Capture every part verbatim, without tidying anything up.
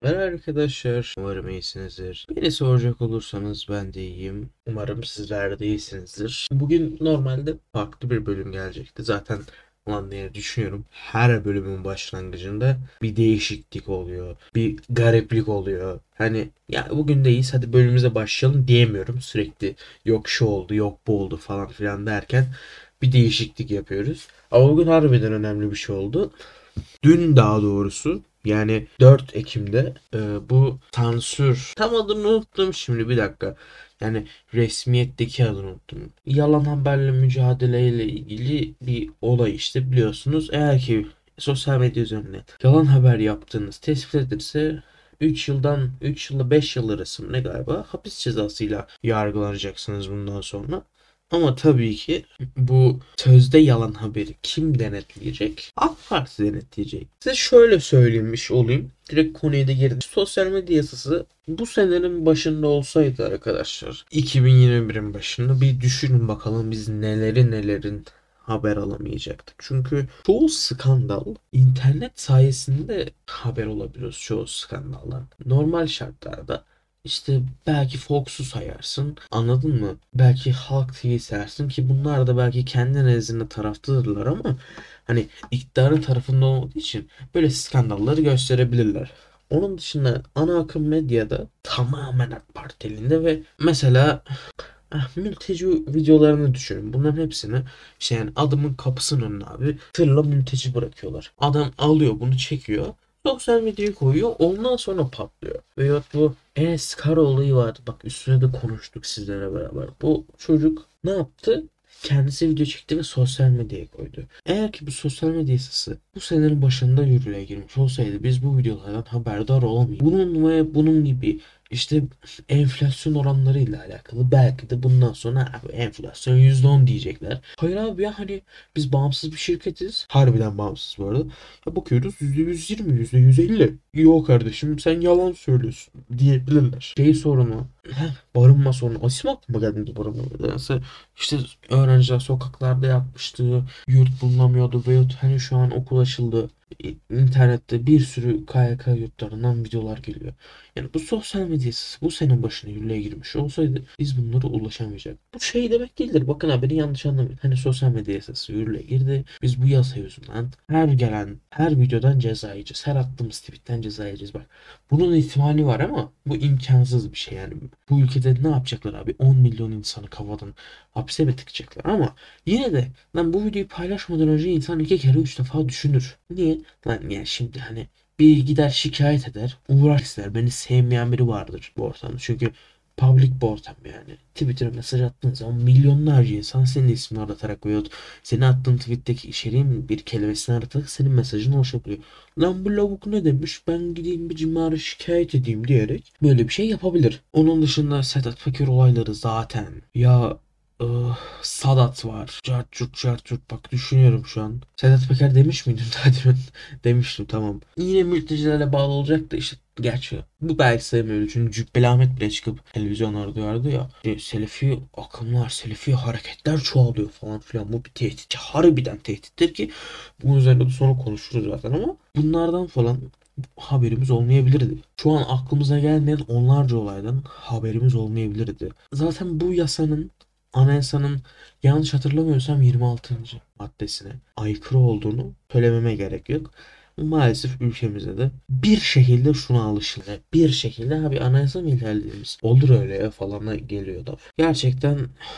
Merhaba arkadaşlar, umarım iyisinizdir. Beni soracak olursanız ben de iyiyim. Umarım sizler de iyisinizdir. Bugün normalde farklı bir bölüm gelecekti. Zaten ulan diye düşünüyorum. Her bölümün başlangıcında bir değişiklik oluyor. Bir gariplik oluyor. Hani ya bugün de iyiyiz, hadi bölümümüze başlayalım diyemiyorum. Sürekli yok şu oldu, yok bu oldu falan filan derken bir değişiklik yapıyoruz. Ama bugün harbiden önemli bir şey oldu. Dün daha doğrusu, yani dört Ekim'de e, bu sansür, tam adını unuttum şimdi, bir dakika. Yani resmiyetteki adını unuttum. Yalan haberle mücadeleyle ilgili bir olay işte, biliyorsunuz. Eğer ki sosyal medya üzerinde yalan haber yaptığınız tespit edilirse üç yıldan üç yılla beş yıl arası mı ne galiba hapis cezasıyla yargılanacaksınız bundan sonra. Ama tabii ki bu sözde yalan haberi kim denetleyecek? AK Parti denetleyecek. Size şöyle söylemiş olayım. Direkt konuya da girdim. Sosyal medya yasası bu senenin başında olsaydı arkadaşlar, iki bin yirmi birin başında, bir düşünün bakalım biz neleri nelerin haber alamayacaktık. Çünkü çoğu skandal internet sayesinde haber olabiliyoruz, çoğu skandallar. Normal şartlarda işte belki Fox'u sayarsın. Anladın mı? Belki Halk T V sayarsın ki bunlar da belki kendi nezdinde taraftadırlar ama hani iktidarın tarafında olmadığı için böyle skandalları gösterebilirler. Onun dışında ana akım medyada tamamen AK Parti elinde ve mesela ah, mülteci videolarını düşünün. Bunların hepsini işte, yani adamın kapısının önüne abi tırla mülteci bırakıyorlar. Adam alıyor bunu, çekiyor. Sosyal medyaya koyuyor. Ondan sonra patlıyor. Veyahut bu Enes Kara olayı vardı. Bak, üstüne de konuştuk sizlere beraber. Bu çocuk ne yaptı? Kendisi video çekti ve sosyal medyaya koydu. Eğer ki bu sosyal medya yasası bu senenin başında yürürlüğe girmiş olsaydı biz bu videolardan haberdar olamayız. Bunun ve bunun gibi işte enflasyon oranlarıyla alakalı belki de bundan sonra abi enflasyon yüzde on diyecekler. Hayır abi, ya hani biz bağımsız bir şirketiz. Harbiden bağımsız bu arada. Ya bakıyoruz yüzde yüz yirmi, yüzde yüz elli. Yok kardeşim, sen yalan söylüyorsun diyebilirler. Şey sorunu, heh, barınma sorunu. Asim aklıma geldi barınma. Nedense işte öğrenciler sokaklarda yatmıştı. Yurt bulunamıyordu veyahut hani şu an okul açıldı. İnternette bir sürü K Y K yurtlarından videolar geliyor. Yani bu sosyal medyası bu senin başına yürürlüğe girmiş olsaydı biz bunlara ulaşamayacak. Bu şey demek değildir. Bakın ha, beni yanlış anlamayın. Hani sosyal medya yasası yürürlüğe girdi. Biz bu yasa yüzünden her gelen her videodan ceza yiyeceğiz. Her attığımız tweetten ceza yiyeceğiz. Bak, bunun ihtimali var ama bu imkansız bir şey yani. Bu ülkede ne yapacaklar abi? on milyon insanı kafadan hapse mi tıkacaklar? Ama yine de lan bu videoyu paylaşmadan önce insan iki kere üç defa düşünür. Niye? Lan yani şimdi hani bir gider şikayet eder. Uğraş ister. Beni sevmeyen biri vardır bu ortamda. Çünkü public bir ortam yani. Twitter'a mesaj attığın zaman milyonlarca insan senin ismini aratarak veyahut senin attığın tweet'teki içeriğin bir kelimesini aratarak senin mesajına ulaşabiliyor. Lan bu lavuk ne demiş, ben gideyim bir cimarı şikayet edeyim diyerek böyle bir şey yapabilir. Onun dışında Sedat Peker olayları zaten ya, ıh, Sadat var. Cart curt cart curt, bak düşünüyorum şu an. Sedat Peker demiş miydim daha demin? Demiştim, tamam. Yine mültecilerle bağlı olacak da işte, gerçi bu belki sayılmıyor çünkü Cübbeli Ahmet bile çıkıp televizyonlarda diyordu ya işte Selefi akımlar, Selefi hareketler çoğalıyor falan filan. Bu bir tehdit. Harbiden tehdittir ki bunun üzerinde de sonra konuşuruz zaten ama bunlardan falan haberimiz olmayabilirdi. Şu an aklımıza gelmeyen onlarca olaydan haberimiz olmayabilirdi. Zaten bu yasanın, anayasanın, yanlış hatırlamıyorsam yirmi altıncı maddesine aykırı olduğunu söylememe gerek yok. Maalesef ülkemizde de bir şekilde şuna alışıldı. Bir şekilde abi anayasa mı ilerliyoruz? Olur öyle ya falan geliyor da. Gerçekten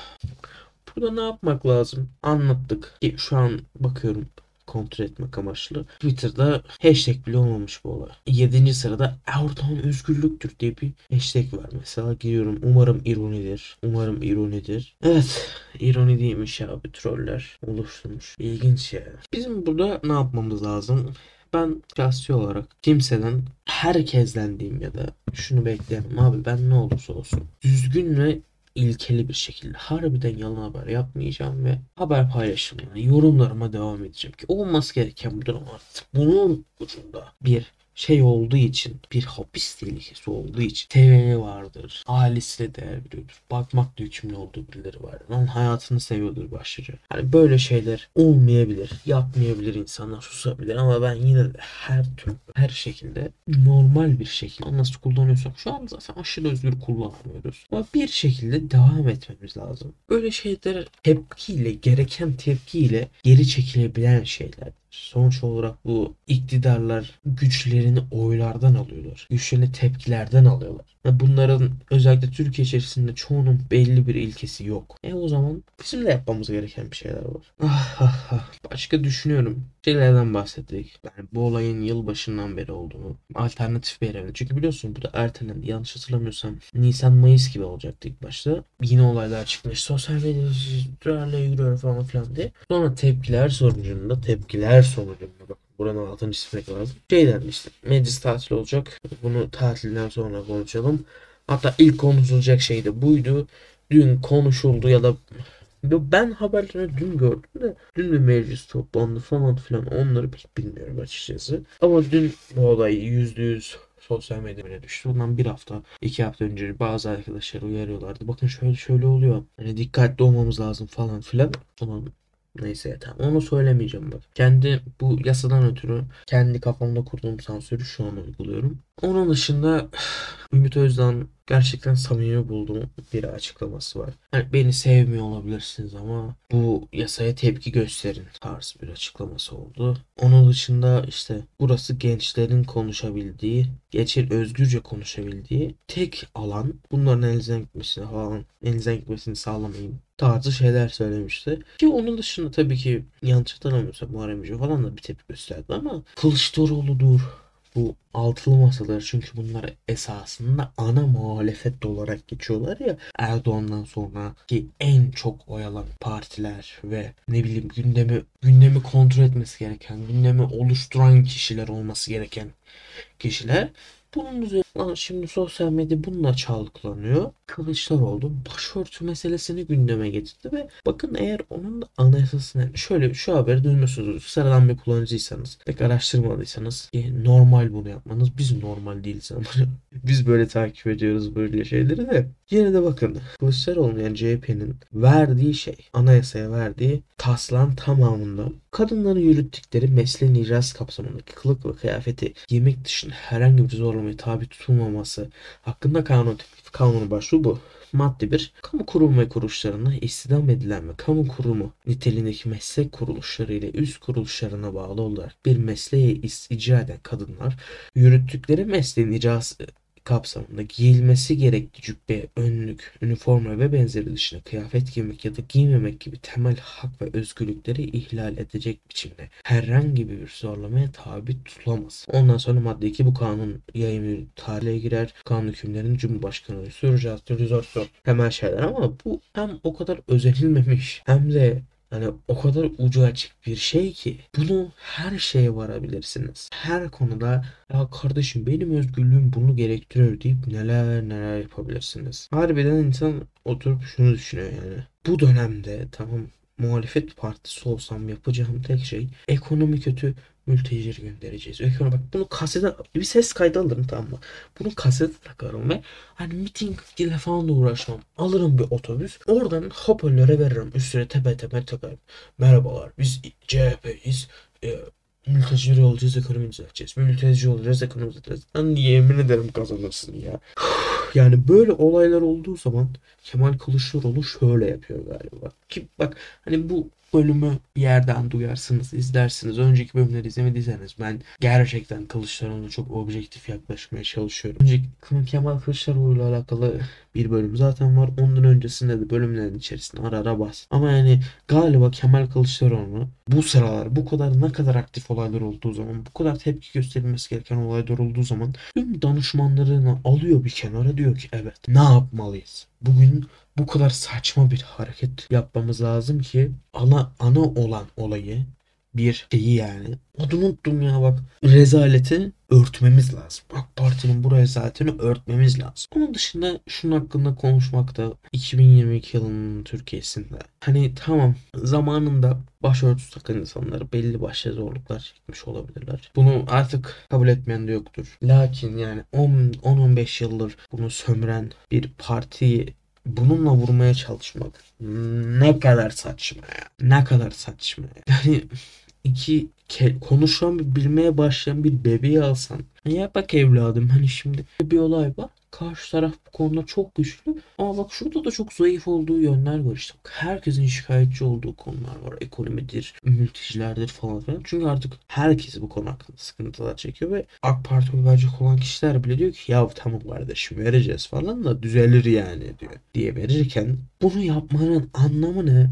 burada ne yapmak lazım? Anlattık. Ki şu an bakıyorum kontrol etmek amaçlı. Twitter'da hashtag bile olmamış bu olay. Yedinci sırada Erdoğan özgürlüktür diye bir hashtag var. Mesela giriyorum. Umarım ironidir. Umarım ironidir. Evet. İroni değilmiş abi. Troller oluşturmuş. İlginç ya. Bizim burada ne yapmamız lazım? Ben şahsi olarak kimseden, herkesten diyeyim ya da şunu beklerim abi, ben ne olursa olsun düzgün ve ilkeli bir şekilde harbiden yalan haber yapmayacağım ve haber paylaşımına, yorumlarıma devam edeceğim ki olması gereken bu durum artık bunun ucunda bir şey olduğu için, bir hapis tehlikesi olduğu için seveni vardır. Ailesine değer veriyordur. Bakmakla yükümlü olduğu birileri vardır. Onun hayatını seviyordur başlıca. Hani böyle şeyler olmayabilir. Yapmayabilir, insanlar susabilir ama ben yine de her türlü, her şekilde normal bir şekilde nasıl kullanıyorsak şu an zaten aşırı özgür kullanamıyoruz. Ama bir şekilde devam etmemiz lazım. Böyle şeyler tepkiyle, gereken tepkiyle geri çekilebilen şeyler. Sonuç olarak bu iktidarlar güçlerini oylardan alıyorlar. Güçlerini tepkilerden alıyorlar. Ve bunların özellikle Türkiye içerisinde çoğunun belli bir ilkesi yok. E o zaman bizim de yapmamız gereken bir şeyler var. Ah, ah, ah. Başka düşünüyorum. Şeylerden bahsettik. Yani bu olayın yılbaşından beri olduğunu. Alternatif bir evre. Çünkü biliyorsun bu da ertelendi. Yanlış hatırlamıyorsam Nisan-Mayıs gibi olacaktı ilk başta. Yine olaylar çıkmış. Sosyal medyada yürüyor falan filan diye. Sonra tepkiler sonucunda tepkiler sonucunda bak buranın altını çizmek lazım. Şey denmişti. Meclis tatil olacak. Bunu tatilden sonra konuşalım. Hatta ilk konuşulacak şey de buydu. Dün konuşuldu ya da ben haberleri dün gördüm de dün bir meclis toplandı falan filan onları pek bilmiyorum açıkçası. Ama dün bu olay yüzde yüz sosyal medyaya düştü. Bundan bir hafta, iki hafta önce bazı arkadaşlar uyarıyorlardı. Bakın şöyle şöyle oluyor. Hani dikkatli olmamız lazım falan filan. Onun neyse tamam onu söylemeyeceğim bak. Kendi bu yasadan ötürü kendi kafamda kurduğum sansürü şu an uyguluyorum. Onun dışında Ümit Özdağ'ın gerçekten samimi bulduğum bir açıklaması var. Hani beni sevmiyor olabilirsiniz ama bu yasaya tepki gösterin tarzı bir açıklaması oldu. Onun dışında işte burası gençlerin konuşabildiği, gençlerin özgürce konuşabildiği tek alan. Bunların elinizden gitmesini falan, elinizden gitmesini sağlamayın tarzı şeyler söylemişti. Ki onun dışında tabii ki yanlış hatırlamıyorsam Muharrem İnce falan da bir tepki gösterdi ama Kılıçdaroğlu'dur. Bu altılı masalar çünkü bunlar esasında ana muhalefet olarak geçiyorlar ya Erdoğan'dan sonra ki en çok oy alan partiler ve ne bileyim gündemi gündemi kontrol etmesi gereken, gündemi oluşturan kişiler olması gereken kişiler. Bunun üzerine şimdi sosyal medya bununla çalkalanıyor. Kılıçdaroğlu başörtü meselesini gündeme getirdi ve bakın eğer onun da anayasasına şöyle şu haberi duymuşsunuz. Sıradan bir kullanıcıysanız, pek araştırmadıysanız ki normal bunu yapmanız. Biz normal değiliz ama biz böyle takip ediyoruz böyle şeyleri de. Yine de bakın Kılıçdaroğlu yani C H P'nin verdiği şey, anayasaya verdiği taslağın tamamında kadınların yürüttükleri mesleğin icrası kapsamındaki kılık ve kıyafeti giymek dışında herhangi bir zorlamaya tabi tutulmaması hakkında kanun teklifi kanunu başlığı bu. Madde bir. Kamu kurum ve kuruluşlarına istihdam edilen ve kamu kurumu niteliğindeki meslek kuruluşları ile üst kuruluşlarına bağlı olarak bir mesleği icra eden kadınlar yürüttükleri mesleğin icrası kapsamında giyilmesi gerekli cübbe, önlük, üniforma ve benzeri dışında kıyafet giymek ya da giymemek gibi temel hak ve özgürlükleri ihlal edecek biçimde herhangi bir zorlamaya tabi tutulamaz. Ondan sonra madde iki bu kanun yayımı tarihe girer. Kanun hükümlerinin Cumhurbaşkanı süreceğiz, süreceğiz, temel şeyler ama bu hem o kadar özenilmemiş hem de yani o kadar ucu açık bir şey ki bunu her şeye varabilirsiniz. Her konuda ya kardeşim benim özgürlüğüm bunu gerektiriyor deyip neler neler yapabilirsiniz. Harbiden insan oturup şunu düşünüyor yani. Bu dönemde tamam muhalefet partisi olsam yapacağım tek şey ekonomi kötü mültecileri göndereceğiz. Ekonomi bak bunu kasete bir ses kaydı alırım tamam mı? Bunu kasete takarım ve hani miting ile falan da uğraşmam. Alırım bir otobüs. Oradan hoparlöre veririm. Üstüne tepe tepe takarım. Merhabalar biz C H P'yiz. E, mültecileri olacağız ekonomi düzelteceğiz. Mülteci olacağız ekonomi düzelteceğiz. Lan yemin ederim kazanırsın ya. Yani böyle olaylar olduğu zaman Kemal Kılıçdaroğlu şöyle yapıyor galiba. Ki bak hani bu bölümü bir yerden duyarsınız, izlersiniz. Önceki bölümleri izlemediyseniz ben gerçekten Kılıçdaroğlu'na çok objektif yaklaşmaya çalışıyorum. Önceki Kemal Kılıçdaroğlu ile alakalı bir bölüm zaten var. Ondan öncesinde de bölümlerin içerisinde ara ara bas. Ama yani galiba Kemal Kılıçdaroğlu bu sıralar bu kadar ne kadar aktif olaylar olduğu zaman, bu kadar tepki gösterilmesi gereken olaylar olduğu zaman tüm danışmanlarını alıyor bir kenara diyor ki evet ne yapmalıyız? Bugün bu kadar saçma bir hareket yapmamız lazım ki ana ana olan olayı bir şeyi yani. Adını unuttum ya bak. Rezaleti örtmemiz lazım. AK Parti'nin bu rezaletini örtmemiz lazım. Onun dışında şunun hakkında konuşmakta iki bin yirmi iki yılının Türkiye'sinde. Hani tamam zamanında başörtüsü takan insanlar belli başlı zorluklar çekmiş olabilirler. Bunu artık kabul etmeyen de yoktur. Lakin yani on on beş yıldır bunu sömüren bir partiyi bununla vurmaya çalışmak ne kadar saçma ya. Ne kadar saçma ya. Yani iki ke- konuşan bir bilmeye başlayan bir bebeği alsan. Ya bak evladım hani şimdi bir olay var. Karşı taraf bu konuda çok güçlü. Ama bak şurada da çok zayıf olduğu yönler var işte. Bak, herkesin şikayetçi olduğu konular var. Ekonomidir, mültecilerdir falan filan. Çünkü artık herkes bu konu hakkında sıkıntılar çekiyor ve AK Parti oy verecek olan kişiler bile diyor ki ya tamam kardeşim vereceğiz falan da düzelir yani diyor. Diye verirken bunu yapmanın anlamı ne?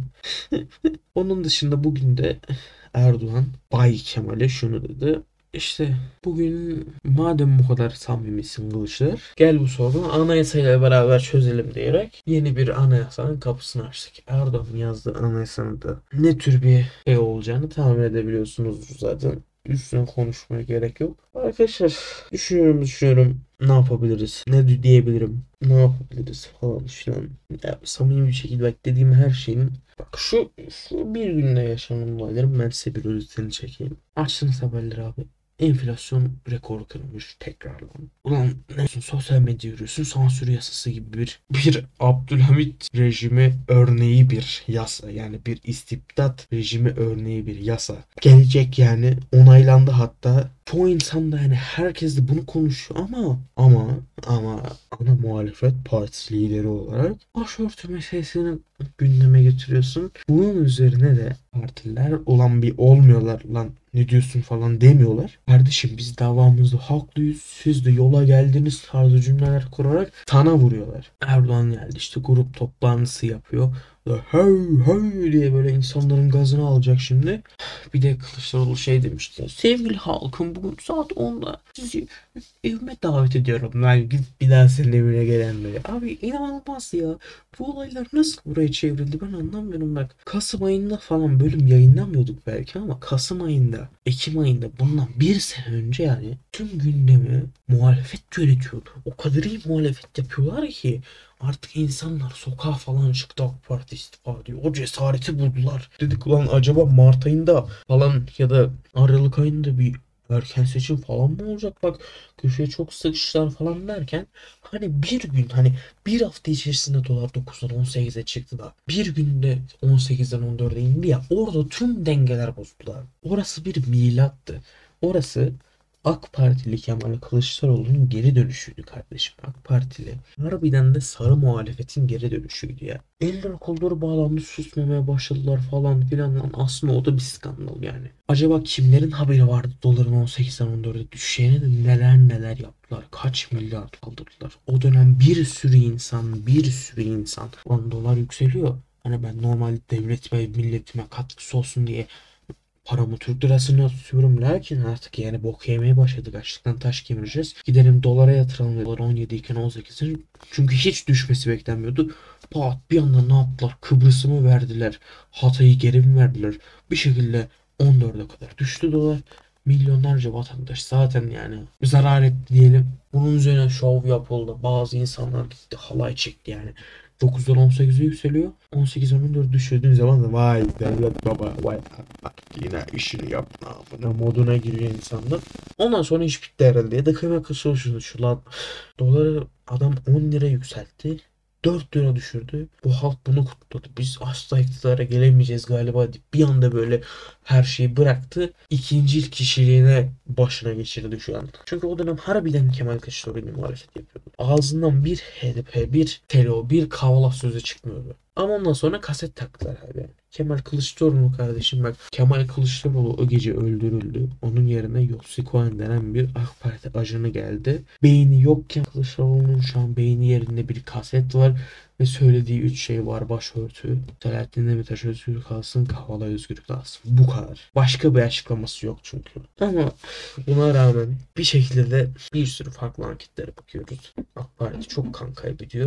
Onun dışında bugün de Erdoğan Bay Kemal'e şunu dedi. İşte bugün madem bu kadar samimisin Kılıçlar gel bu sorunu anayasayla beraber çözelim diyerek yeni bir anayasanın kapısını açtık. Erdoğan yazdığı anayasanın da ne tür bir şey olacağını tahmin edebiliyorsunuz zaten. Üstüne konuşmaya gerek yok. Arkadaşlar düşünüyorum düşünüyorum ne yapabiliriz? Ne diyebilirim? Ne yapabiliriz falan filan. Ya samimi bir şekilde beklediğim her şeyin bak şu, şu bir günde yaşanan olayların ben size bir özetini çekeyim. Açtınız haberleri abi. Enflasyon rekoru kırmış tekrardan. Ulan ne olsun sosyal medya yürüyorsun sansür yasası gibi bir bir Abdülhamit rejimi örneği bir yasa. Yani bir istibdat rejimi örneği bir yasa. Gelecek yani onaylandı hatta. Çoğu insan da yani herkes de bunu konuşuyor ama ama ama ana muhalefet partisi lideri olarak başörtü meselesini gündeme getiriyorsun. Bunun üzerine de partiler olan bir olmuyorlar lan ne diyorsun falan demiyorlar. Kardeşim biz davamızda haklıyız. Siz de yola geldiniz tarzı cümleler kurarak sana vuruyorlar. Erdoğan geldi işte grup toplantısı yapıyor. Hey hey diye böyle insanların gazını alacak şimdi. Bir de Kılıçdaroğlu şey demişti. Sevgili halkım bugün saat onda sizi evime davet ediyorum. Ben git bir daha senin evine gelenleri. Abi inanılmaz ya. Bu olaylar nasıl buraya çevrildi ben anlamıyorum bak. Kasım ayında falan bölüm yayınlamıyorduk belki ama Kasım ayında, Ekim ayında bundan bir sene önce yani tüm gündemi muhalefet yönetiyordu. O kadar iyi muhalefet yapıyorlar ki artık insanlar sokağa falan çıktı AK Parti istifa diyor. O cesareti buldular. Dedik ulan acaba Mart ayında falan ya da Aralık ayında bir erken seçim falan mı olacak? Bak köşeye çok sıkıştılar falan derken hani bir gün hani bir hafta içerisinde dolar dokuzdan on sekize çıktı da bir günde on sekizden on dörde indi ya orada tüm dengeler bozuldular. Orası bir milattı. Orası AK Partili Kemal Kılıçdaroğlu'nun geri dönüşüydü kardeşim. AK Partili. Harbiden de sarı muhalefetin geri dönüşüydü ya. Eller kolları bağlandı susmamaya başladılar falan filan. Lan aslında o da bir skandal yani. Acaba kimlerin haberi vardı doların on sekizden on dörde düşeceğine de neler neler yaptılar. Kaç milyar kaldırdılar. O dönem bir sürü insan bir sürü insan. Lan dolar yükseliyor. Hani ben normal devletime milletime katkısı olsun diye paramı Türk lirasına tutuyorum lakin artık yani bok yemeye başladık açlıktan taş kemireceğiz. Gidelim dolara yatıralım. Dolar on yedi iken on sekizin çünkü hiç düşmesi beklenmiyordu. Pat bir anda ne yaptılar? Kıbrıs'ı mı verdiler? Hatay'ı geri mi verdiler? Bir şekilde on dörde kadar düştü dolar. Milyonlarca vatandaş zaten yani zarar etti diyelim. Bunun üzerine şov yapıldı. Bazı insanlar gitti halay çekti yani. dokuzdan on sekize yükseliyor. on sekizden on dörde düşürdüğün zaman da vay devlet baba vay bak yine işini yapma buna moduna giriyor insanlar. Ondan sonra iş bitti herhalde. Ya da kıyma kısa şunu şu lan. Doları adam on lira yükseltti. dört lira düşürdü. Bu halk bunu kutladı. Biz asla iktidara gelemeyeceğiz galiba deyip bir anda böyle her şeyi bıraktı. İkinci kişiliğine başına geçirdi şu an. Çünkü o dönem harbiden Kemal Kılıçdaroğlu muhalefet yapıyordu. Ağzından bir H D P, bir T R O, bir Kavala sözü çıkmıyordu. Ama ondan sonra kaset taktılar abi. Kemal Kılıçdaroğlu kardeşim bak. Kemal Kılıçdaroğlu o gece öldürüldü. Onun yerine Yossi Cohen denen bir AK Parti ajanı geldi. Beyni yokken Kılıçdaroğlu'nun şu an beyni yerinde bir kaset var. Ve söylediği üç şey var. Başörtü, Selahattin Demirtaş özgür kalsın, Kavala özgür kalsın. Bu kadar. Başka bir açıklaması yok çünkü. Ama buna rağmen bir şekilde de bir sürü farklı anketlere bakıyoruz. AK Parti çok kan kaybediyor.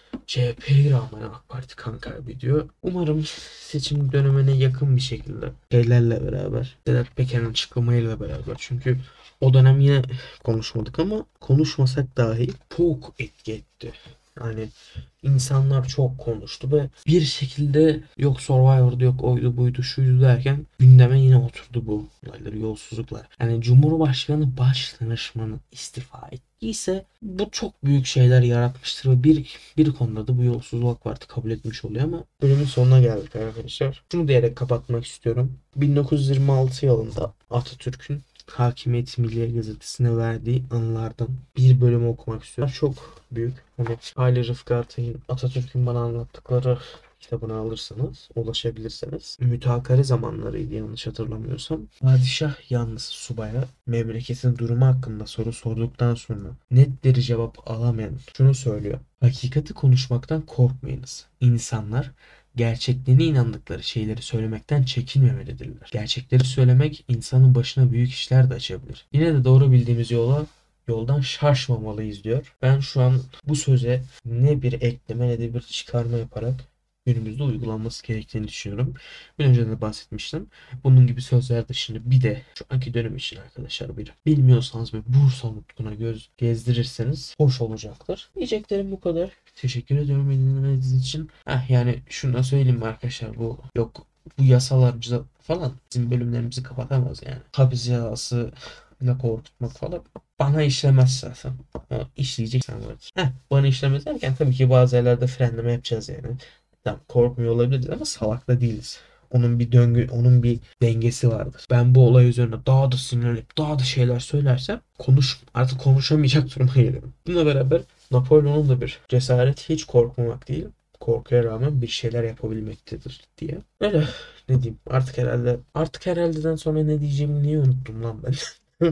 C H P'ye rağmen AK Parti kan kaybediyor. Umarım seçim dönemine yakın bir şekilde şeylerle beraber, Sedat Peker'in açıklamayla beraber, çünkü o dönem yine konuşmadık ama konuşmasak dahi çok etki etti. Yani insanlar çok konuştu ve bir şekilde yok Survivor'da yok oydu buydu şuydu derken gündeme yine oturdu bu olaylar, yolsuzluklar. Yani Cumhurbaşkanı Başdanışmanı istifa ettiyse bu çok büyük şeyler yaratmıştır ve bir bir konuda da bu yolsuzluğu AK Parti kabul etmiş oluyor ama bölümün sonuna geldik arkadaşlar. Şunu diyerek kapatmak istiyorum. bin dokuz yüz yirmi altı yılında Atatürk'ün Hakimiyet Milliye Gazetesi'ne verdiği anılardan bir bölümü okumak istiyorum. Çok büyük. Hani Ali Rıfkı Atay'ın Atatürk'ün bana anlattıkları kitabını alırsanız, ulaşabilirseniz. Mütakare zamanlarıydı yanlış hatırlamıyorsam. Padişah yanlısı subaya memleketin durumu hakkında soru sorduktan sonra net bir cevap alamayan şunu söylüyor. Hakikati konuşmaktan korkmayınız. İnsanlar gerçekliğine inandıkları şeyleri söylemekten çekinmemelidirler. Gerçekleri söylemek insanın başına büyük işler de açabilir. Yine de doğru bildiğimiz yola yoldan şaşmamalıyız diyor. Ben şu an bu söze ne bir ekleme ne de bir çıkarma yaparak günümüzde uygulanması gerektiğini düşünüyorum. Bir önce de bahsetmiştim. Bunun gibi sözler dışında bir de şu anki dönem için arkadaşlar bir bilmiyorsanız ve Bursa Nutku'na göz gezdirirseniz hoş olacaktır. Diyeceklerim bu kadar. Teşekkür ediyorum dinlediğiniz için. Heh, yani şunu da söyleyeyim arkadaşlar, bu yok bu yasalar bize falan bizim bölümlerimizi kapatamaz yani. Hapis cezası ile korkutmak falan bana işlemez zaten. Ama işleyeceksen vardır. Heh, bana işlemez derken tabii ki bazı yerlerde frenleme yapacağız yani. Tamam, korkmuyor olabiliriz ama salak da değiliz. Onun bir döngü, onun bir dengesi vardır. Ben bu olay üzerine daha da sinirlenip daha da şeyler söylersem konuş artık konuşamayacak duruma gelirim. Bununla beraber Napolyon'un da bir cesaret hiç korkmamak değil, korkuya rağmen bir şeyler yapabilmektedir diye. Öyle ne diyeyim artık herhalde artık herhaldeden sonra ne diyeceğimi niye unuttum lan ben.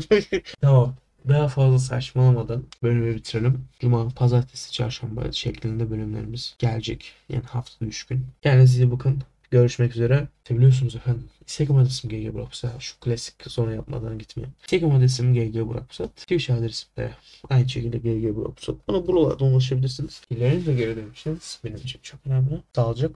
Tamam. Daha fazla saçmalamadan bölümü bitirelim. Cuma, pazartesi, çarşamba şeklinde bölümlerimiz gelecek. Yani haftada üç gün. Kendinize iyi bakın. Görüşmek üzere. Biliyorsunuz efendim. Instagram adresim G G Burakpusat. Şu klasik sonra yapmadan gitmeyin. Instagram adresim G G Burakpusat. Twitch adresim de aynı şekilde G G Burakpusat. Bana buralardan ulaşabilirsiniz. İlerinize geri dönüşünüz benim için çok önemli. Sağlıcakla.